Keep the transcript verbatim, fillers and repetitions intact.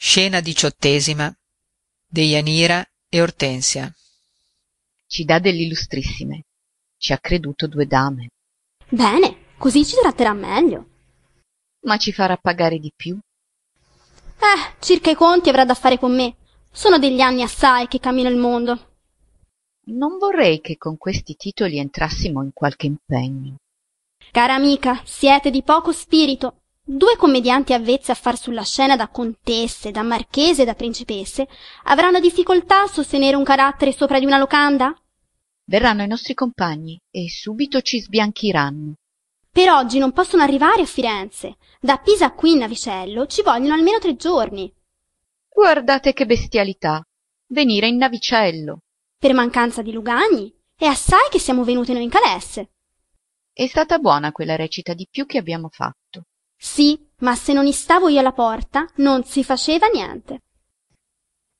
Scena diciottesima. Deianira e Ortensia. Ci dà dell'illustrissime. Ci ha creduto due dame. Bene, così ci tratterà meglio. Ma ci farà pagare di più. Eh, circa i conti avrà da fare con me. Sono degli anni assai che cammino il mondo. Non vorrei che con questi titoli entrassimo in qualche impegno. Cara amica, siete di poco spirito. Due commedianti avvezze a far sulla scena da contesse, da marchese e da principesse avranno difficoltà a sostenere un carattere sopra di una locanda? Verranno i nostri compagni e subito ci sbianchiranno. Per oggi non possono arrivare a Firenze. Da Pisa a qui in navicello ci vogliono almeno tre giorni. Guardate che bestialità! Venire in navicello! Per mancanza di lugani. È assai che siamo venuti noi in calesse. È stata buona quella recita di più che abbiamo fatto. Sì, ma se non stavo io alla porta non si faceva niente.